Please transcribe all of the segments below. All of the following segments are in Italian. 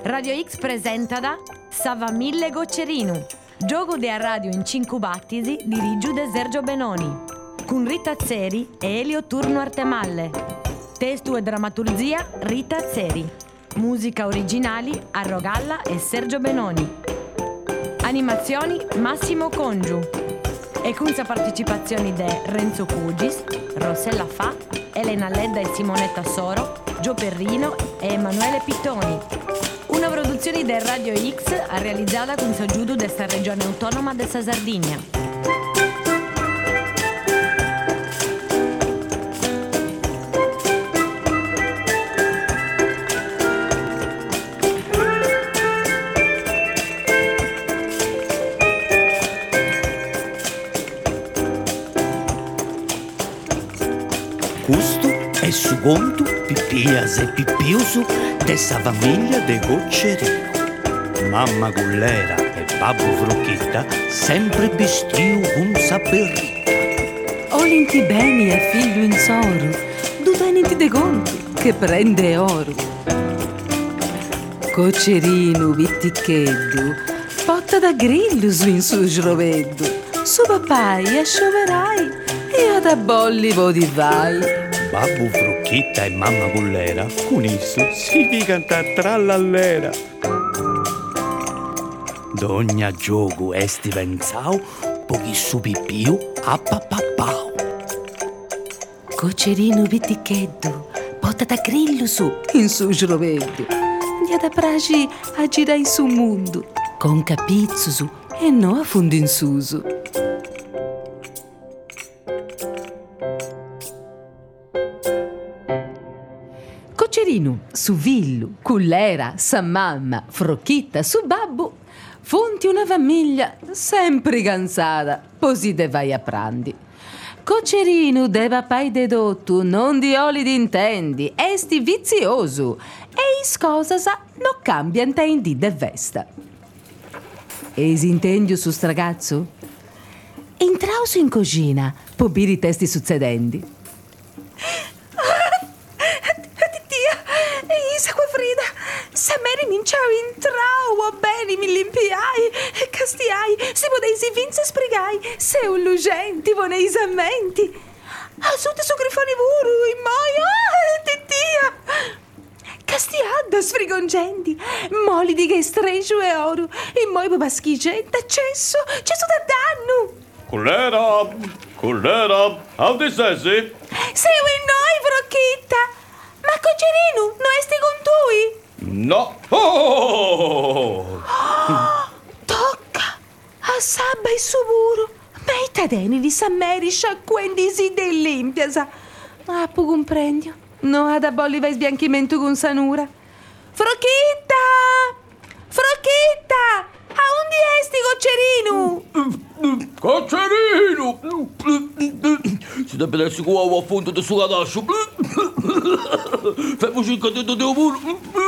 Radio X presenta da Sava Mille Goccerinu, gioco de a radio in 5 battisi di Rigiu de Sergio Benoni, con Rita Zeri e Elio Turno Artemalle. Testo e drammaturgia Rita Zeri. Musica originali a Rogalla e Sergio Benoni. Animazioni Massimo Congiu. E con sa partecipazioni de Renzo Cugis, Rossella Fa, Elena Ledda e Simonetta Soro, Gio Perrino e Emanuele Pittoni. Una produzione del Radio X realizzata con l'aiuto desta regione autonoma della Sardegna. Questo è su conto Pippias e Pippiusu dessa famiglia de Goccerino. Mamma Gullera e babbo Frocchetta sempre vestiu con saperrita. Olinti beni a figlio in soro, du teniti de conto che prende oro. Goccerino vitticheddu, potta da grillo su in su sroveddu, su papai a scioverai e ad abolli vodi vai. Babbo Frocchetta e mamma Gullera con esso si di cantare trallallera. D'ogna gioco esti pensau, pochi su pippiu a papapau. Goccerino vitticheddu, potta da grillo su in su sroveddu, di ad apragi a girai su mondo, con capizzusu e no a fondo in susu. Goccerino, su villu, cullera, sa mamma, Frocchetta, su babbo, fonti una famiglia sempre cansata, così de vai a prandi. Goccerino de papai dedotto, non di oli d'intendi, esti vizioso, e is cosas non cambia intendi de vesta. Es intendio su stragazzo? Entrausu in cocina, po biri i testi succedendi. Sameri minciao intrao, bene mi limpiai, castiai, se poteisi vinse spregai, se un lucenti vonei sammenti. Asute su grifoni vuru, in moi, titia. Castiadda sfrigongendi, moli di che stregio e oro, in moi baschigetta, cesso da danno. Cullera, audi sesi? Sei in noi, Frocchetta. Ma Goccerino, non esti con tui? No. Oh! Tocca a sabba e suburo. Ma i tadeni di Sammeri sciacquendisi dell'impiasa. Ah, pu comprendio. No ad abolli vai sbianchimento con sanura. Frocchetta! Frocchetta! A undi esti, Goccerino? Goccerino! Si deve essere qua a fondo del suo cadascio. Fammi un cadetto di amore.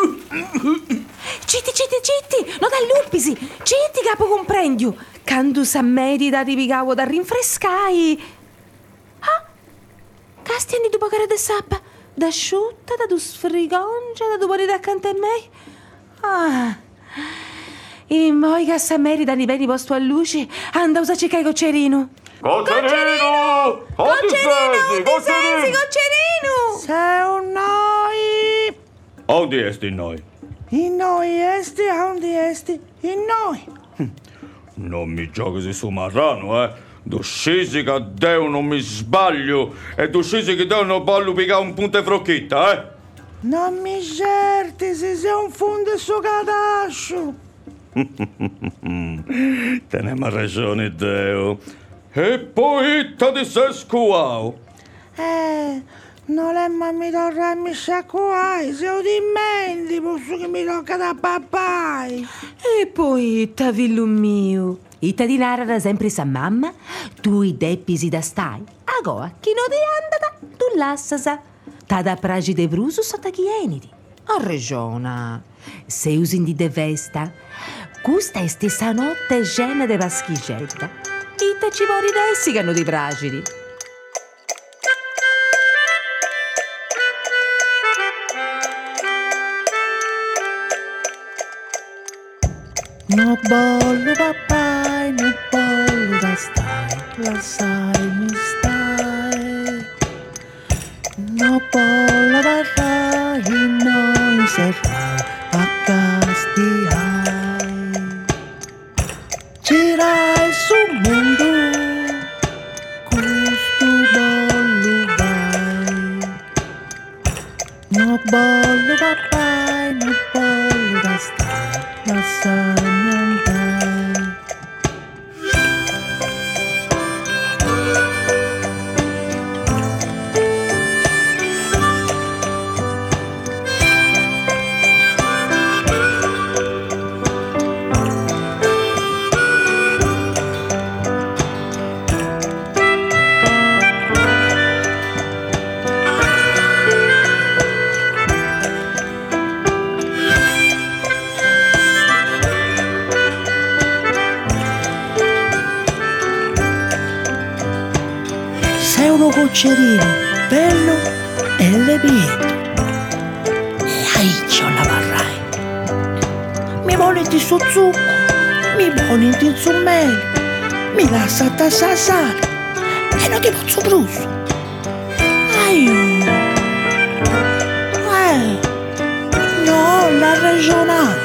Citti, non allupisi. Citti, capo comprendio. Quando Sammeri da rivigavo da rinfrescai. Ah, castiani du pagare de sabba. Da asciutta, da du sfrigongia, da du morire accanto a me. Ah, e moi che Sammeri da beni posto a luce, anda usa cercare Goccerino. Goccerino! Goccerino! Sei un noi! Audi esti noi? In noi esti, aonde esti? In noi! Non mi giochi su marrano, eh? Du scesi che Deo non mi sbaglio e du scesi che Deo non voglio piccare un punto e Frocchetta, eh? Non mi certi se sei un fondo su cadascio! Teniamo ragione, Deo. E poi ti di sei scuau. Non è ma mi torna a mi sciacquai, se ho dimenti, posso che mi tocca da papai. E poi, tavillo mio, i tadinara da sempre sa mamma, tu i deppisi da stai, agoa, chi non ti andata, tu lassasa, ta da pragi de brusu sotto chieniti. A regiona, se usin di de vesta, questa è stessa notte gena de vaschigetta, i te ci mori dessi che hanno di pragidi. No bollo papai, no bollo da stai, la sai mi stai. No bollo papai, non serrai a castiai. Girai sul mondo, questo bollo vai. No bollo papai, no bollo da stai, la sai mi andai. Sei uno coccerino bello e lepietto, e aici la varrai. Mi volete su zucco, mi volete in su mele, mi lascia tassa sale e non ti posso brusso. No, la regionale.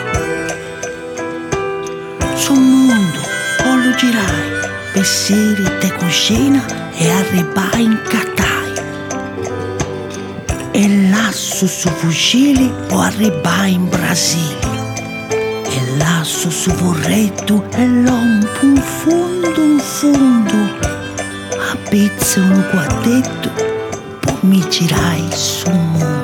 Sul mondo lo girai, vestire te cucina e arrivai in Catai. E lasso su fucili o arrivai in Brasile. E lasso su vorretto e l'ompo un fondo. A pizza un quadretto, poi mi girai sul mondo.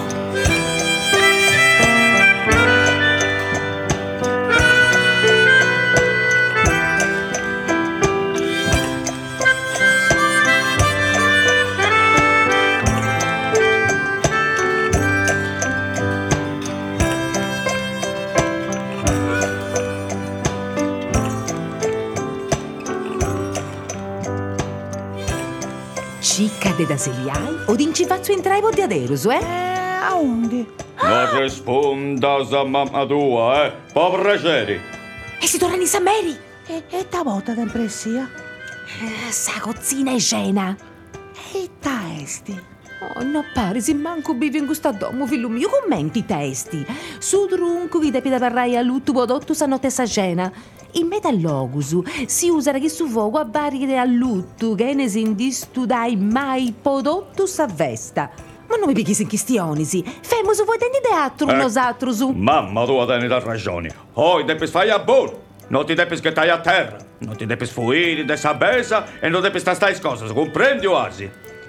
Cicca de da seliai o d'incivazzo entraivo di aderuso, Aonde? Non risponda a mamma tua, Può piacere. E si torna in San Mary? E ta volta d'impressia? Sa cozzina e cena. E testi? Oh, no pare, se manco vivi in questo domo, figlio mio, commenti i testi. Su trunco vi devi da parrai a lutto prodotto sa notte sa cena. In metalogusu si usa che su fuoco a barriere a lutto, che ne si indistudai mai prodotto sa vesta. Ma non mi picchi in questioni, Femus voi tendi teatro, nosatro su. Mamma tua tieni da ragione. Devi fare a buono. Non ti devi schettare a terra. Non ti devi sfuire da sabesa e non devi stare cose. Comprendi o asi?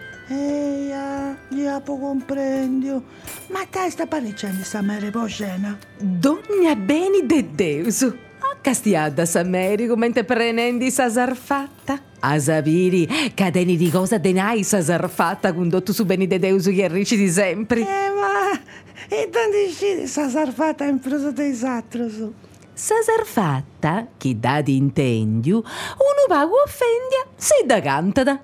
Ja comprendo. Ma te sta parecendo sta mere po' cena? Donna beni de Deus. Castiada sa Mary come te prenendi sa sarfatta. A sapiri, cadeni di cosa denai sa sarfatta condotto su beni de Deus che ricci di sempre. Ma e tanti scidi sa sarfata in prosa dei satro su. Sa sarfatta, chi dà di intendiu, uno pago offendia, se da cantata.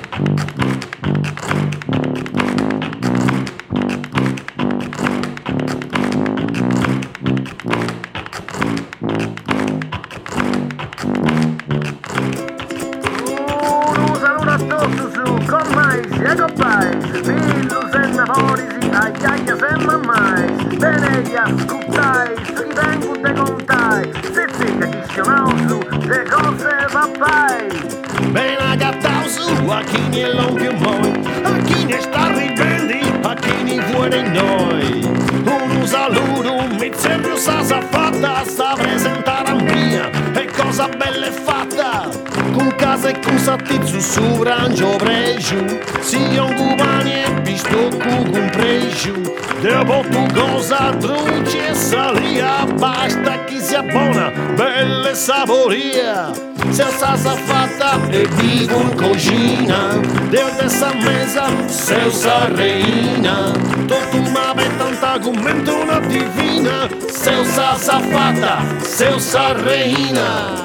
Ascoltai, se vengo te contai, se che chi sionausu, te cose papai. Ben agattausu, a chi ne l'ompio moi, a chi ne sta ribendi, a chi ne vuole noi. Un saluto, mi sembra sa fatta, sa presentare a mia, e cosa bella è fatta. Con casa e con sattizzo su brangio pregiu, si un cubani e visto con pregiu. Dopo tu cosa truci e salia, basta chi si abbona, belle saporia. Se sa fatta e vivo in cucina, Deo dessa mesa, se sa reina. Tu m'ave tanta commento una divina, se sa fatta, se sa reina.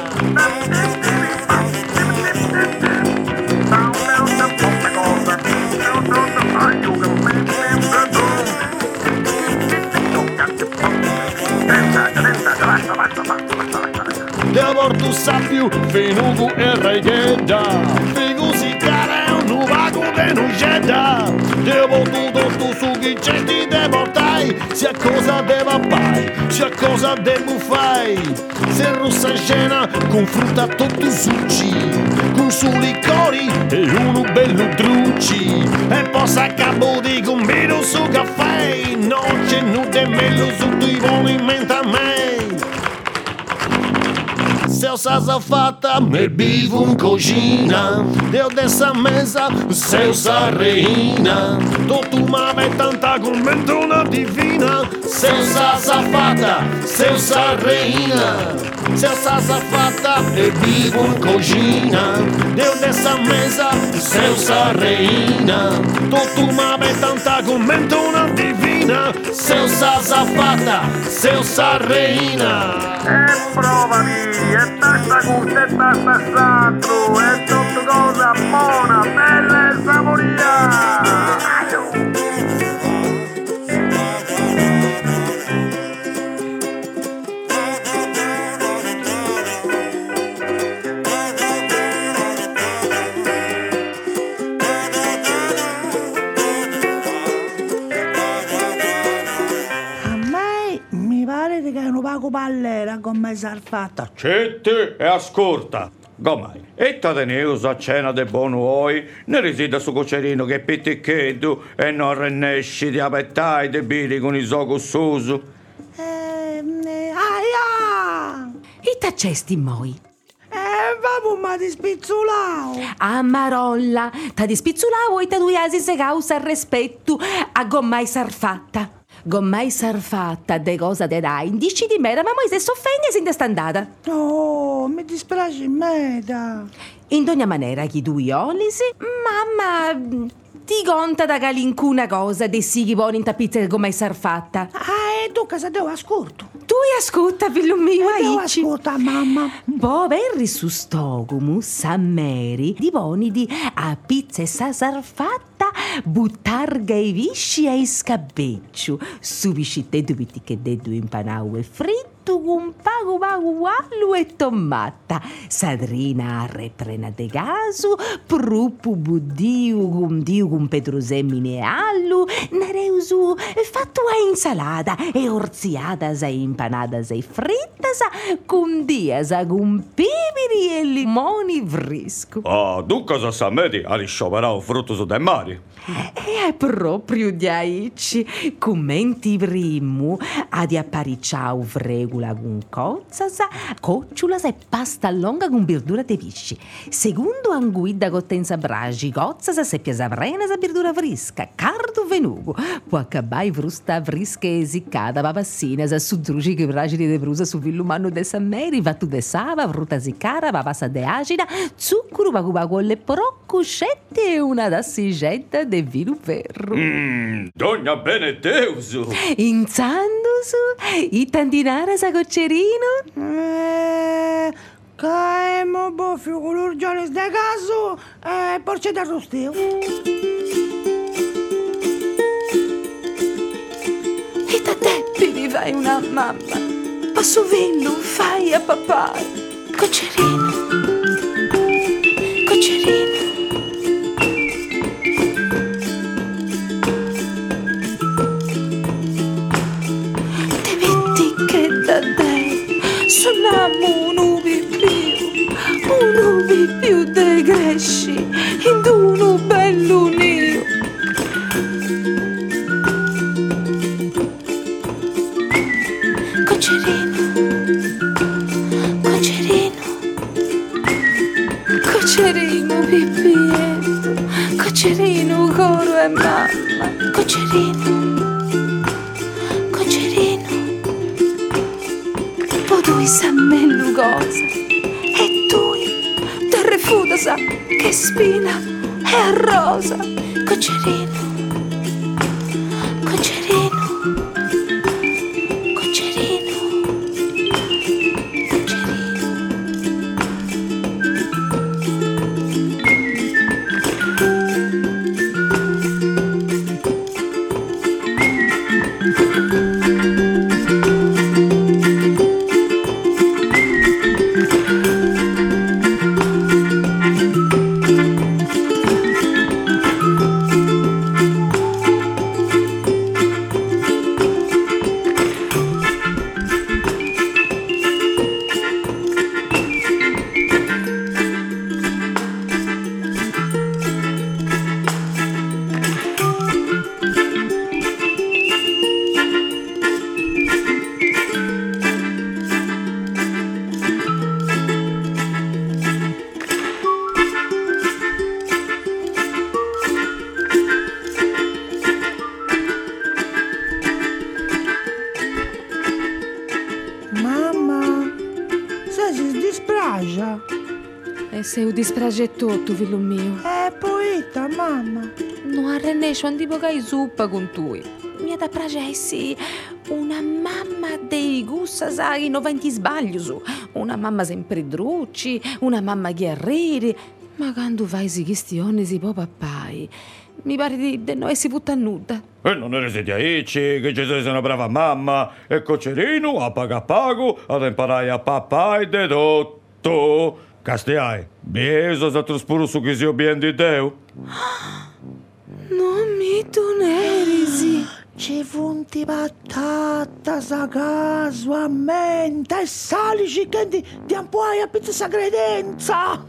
Basta. morto sapiu, fenugo e regheda. Figo si cara un vago de nugeda. Devo tutto su chi c'è ti devo dai. Sia cosa deva pai, sia cosa devo fai. Se rossa scena con frutta tutto succi, con su licori e uno bello drucci. E possa cabo di gombino su caffè. Non c'è nude mello su i voli mente a me. Se sa fatta me bivo in cucina. Deu dessa mesa se sa reina. Tu m'ave tanta commentona divina. Se sa fatta, se sa reina. Se sa fatta e vivo in cucina. Deu dessa mesa se sa reina. Tu m'ave tanta commentona divina. Se sa fatta, se sa reina. E provami, e tanta gusta e tanta sacro, e tutto cosa buona, bella e saporia. Che è un pago ballera con me sarfata. Cetti e ascolta. Gomai, e te ne usa a cena de buoni, ne risida su cocerino che è pitticchetto e non rennesci di appettai de bili con i soco susu. Aia! E t'accesti moi? Vabbè, ma ti spizzolao. A Marolla, ta di spizzulao e ta due asi se causa rispetto a gommai sarfatta. Gommai sarfatta de cosa te dai, dici di me, ma moi se soffende se ne sta andata. No, mi dispiace meda. In ogni maniera chi tu olisi, mamma ti conta da calincuna cosa de sì chi vuole in tappizza gommai sarfatta. E tu cosa devo ascolto? Tu ascolta, figlio mio, Devo aici. ascolta, mamma. Poverri su stogumu, sammeri, di boni di a pizza e sa sarfatta, buttarga i visci e i scabbecciu, su viscite dubiti che dedu impanau e fritto, con pagu allu e tomatta, sadrina reprena de gasu, prupu buddiu con pedrusemmine e allu, nareusu fatto a insalata e orziata e impanata e frittasa, con diasa con pibiri e limoni fresco. Ah, tu cosa sa medi a riscioperare frutto su del mare? E è proprio di aici, commenti primo, a di apparicciau fregula con cozzasa, cocciulas e pasta longa con verdura de pisci. Secondo anguida cottenza bragi, cozzasa se piasavrena sa verdura fresca, cardo venugo, può accabai frusta fresca e siccata, papassina, sa su druci che bragi de brusa su villumano de sammeri, vattu de sava, fruta siccara, papassa de acida, zucchero, pacu con le porocuscetti e una dassigetta de vino ferro. Donna Benedeusu! Inzandusu, i tandinara sa coccerino? Caemo boffio con l'urgione de caso e porce d'arrostio. E da te mi fai una mamma. Passo villo, fai a papà. Coccerino, coccerino. Te metti che da te suonamo un ubi più de gresci, in uno bello nio. Coccerino, coccerino, coccerino pippietto, coccerino coro e mamma, coccerino, coccerino, poi tu sa meno cosa, e tu te refuta sa che spina è a rosa, coccerino, coccerino. te si dispragia. E se u disprage tutto, figlio mio. Poeta, mamma. Non arrennescio andiamo che zuppa con tu. Mi da pragessi una mamma dei gussa, sai, non venti sbaglio su. Una mamma sempre drucci, una mamma guerrieri. Ma quando vai si questione si può pappai, mi pare di non essere putta nuda. E non resiedi aici, che ci sei una brava mamma. E Cocerino, a pago, ad imparai a papà e dedotto. Castiai, bieso sa truspuru su chi si bien di Deu. Non mi tu nerisi. Ci funti patata, sagaso, a menta e salici che di ampuai a pizza sa credenza.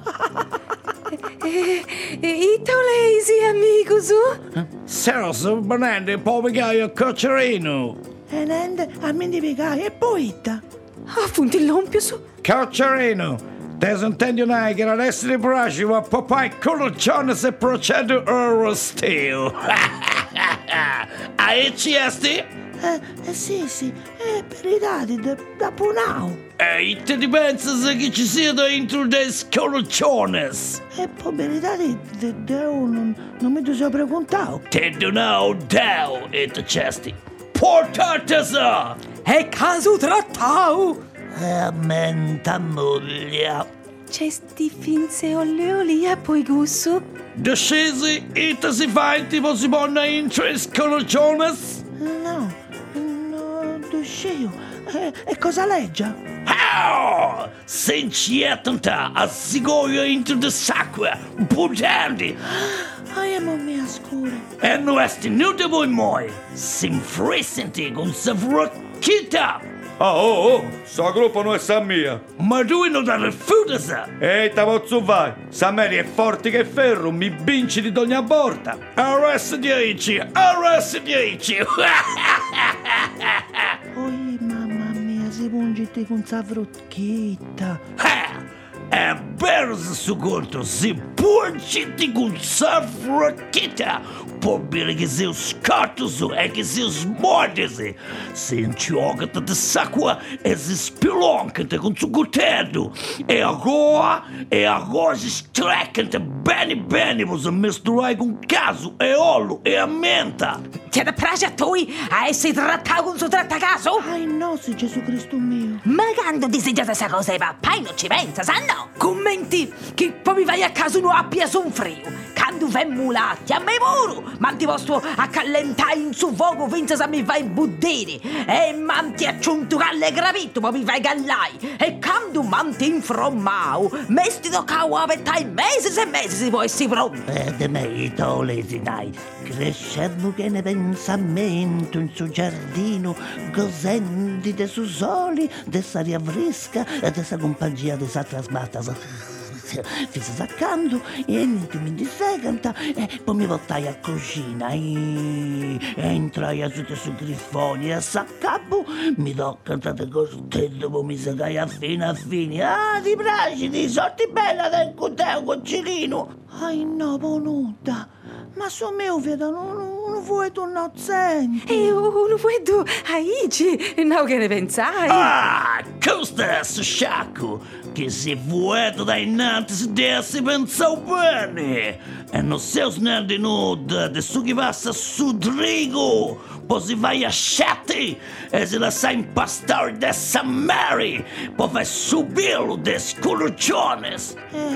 E tu leisi, amico su? Serso, banende, povegaio Cocerino. E nende a me di pigai e poeta. Appunto il lompio su. Cocerino, desintendi un'ai che non essere braci, ma papai coloccione se procede oro steel. Aici esti? Sì, per i dati da Punau. E te di pensas che ci sia dentro des colocciones? E poi per i dati non mi tu sei preguntato. Te donau dau e te cesti. Portatesa! E caso trattau. Menta moglia. C'è sti finze oleoli a poi gusto. Descesi e te si fa in tipo si bonna in tres colocciones? No, duscio. E cosa leggia? How? Sencietanta a sigoio into the sacqua, budandi. Mo mia scura. E non esti nude voi moi, s'infrissenti con sa frocchita. Oh, sta gruppo non è sa mia. Ma tu non da refutasa. Ehi, tavozzo vai, sa Mary è forte che ferro, mi vinci di ogni borta. Arrestati aici. Poi mamma mia, si pungiti con sa frocchetta. È vero su conto, si pungiti con sa frocchetta. Può bere che sei scottoso e che sei smordesi. Si inciocata di sacqua e si spiloncata con suo coltello. E agora si streccata bene, posso misturai con caso e olio e a menta. Ti da prage a toi a essere trattato con suo trattacaso? Ai no, se Gesù Cristo mio. Ma quando disegna questa cosa, papà non ci pensa, sa no? Commenti che poi mi vai a casa non abbia son frio. Quando fai mulatti a me muro, ma ti posso accallentare in su fuoco finché se mi fai buddere. E manti a ciuntucalle gravito, ma mi fai gallai. E quando manti infrommao, mesti do cavo a pettai mesi e mesi si può essere pronto. De me i tolesi dai, crescendo che ne pensamento in suo giardino, gosenti de su soli, de saria fresca e de sa compagnia de sa trasmata. Fisi saccando e niente mi dissecanta e poi mi portai a cucina e entrai a su grifoni e a saccapo mi toccano le costelle poi mi secai a fine ti piace di sorti bella del cuteo Cocerino. Ai no ponuta, ma su mio vedo non vuoi tu innocente. E non vuoi tu aici, no che ne pensai? Questo è sciacco che se vuoi da innanzi si deve pensare bene e non sei snello nuda di su che passa su Drigo poi si vai a scatti e se la sai impastare da San Mary poi fai subirlo de scolocciones.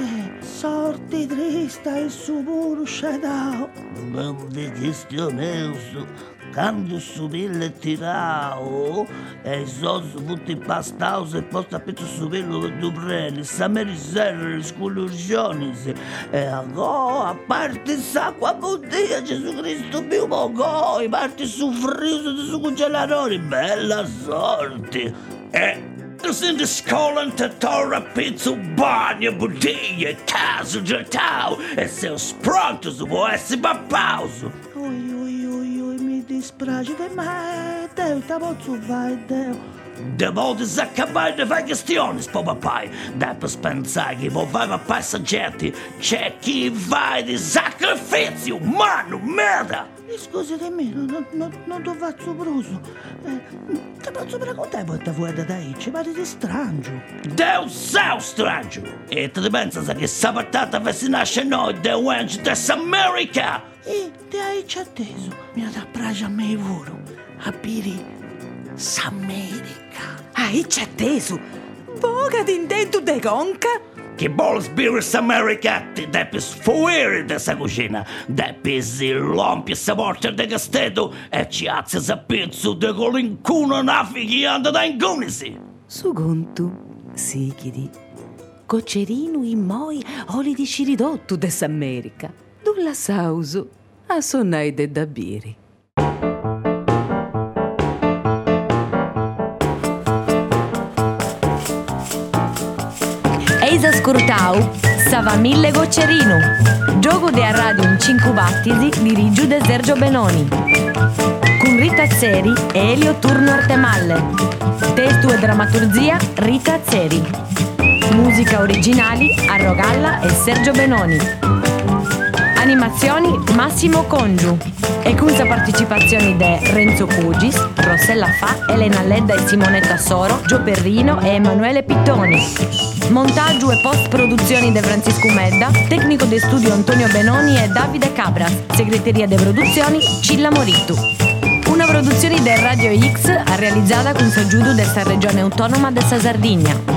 Sorti trista e su puro scedato. Non di questioneus, quando subile tirao e sono tutti pastaus e poi sapete subirlo per due preni, sa meriserre le scolocciones e agora a parte s'acqua bottiglia Gesù Cristo mio mogoi, parte su friso di su congelatore, bella sorte. Senti scolanta torra pizzo bagno bottiglia caso giortao e se spronto su può essere pappauso. Oi, mi dispiace, ma Deo, te posso fare, Deo. De volte s'accabare di fare questioni, papà. Dai per pensare che può fare passaggetti, c'è chi va di sacrificio, mano, merda. Mi scusi di me, non ti faccio bruso. Ti posso raccontare quanta vuoi da dici, ma di strangio. Deu sei strangio! E ti pensi che sta partata si nasce noi, The Wench dell'America? E ti hai atteso, mi ha da pragia a me volo, a piri s'America. Hai atteso? Voga d'intento de conca? Che vols birris America, ti deppis fuori dessa cucina, deppis l'ompi sa porta de casteto e ci azzes a pizzo de colincuno nafi che anda da ingunisi. Su conto, sichidi, Cocerino i moi oli di sciridotto dess'America. Dulla sauso, a sonnai de da biri. Eisa scurtau, Sava Mille Gocerino. Gioco de a radio in 5 battisi di Rigiu de Sergio Benoni. Con Rita Zeri e Elio Turno Artemalle. Testo e drammaturgia Rita Zeri. Musica originali a Rogalla e Sergio Benoni. Animazioni Massimo Congiu. E con la partecipazione di Renzo Cugis, Rossella Fa, Elena Ledda e Simonetta Soro, Gio Perrino e Emanuele Pittoni. Montaggio e post-produzioni di Francisco Medda, tecnico di studio Antonio Benoni e Davide Cabras, segreteria di produzioni Cilla Morittu. Una produzione del Radio X realizzata con l'aiuto della regione autonoma della Sardegna.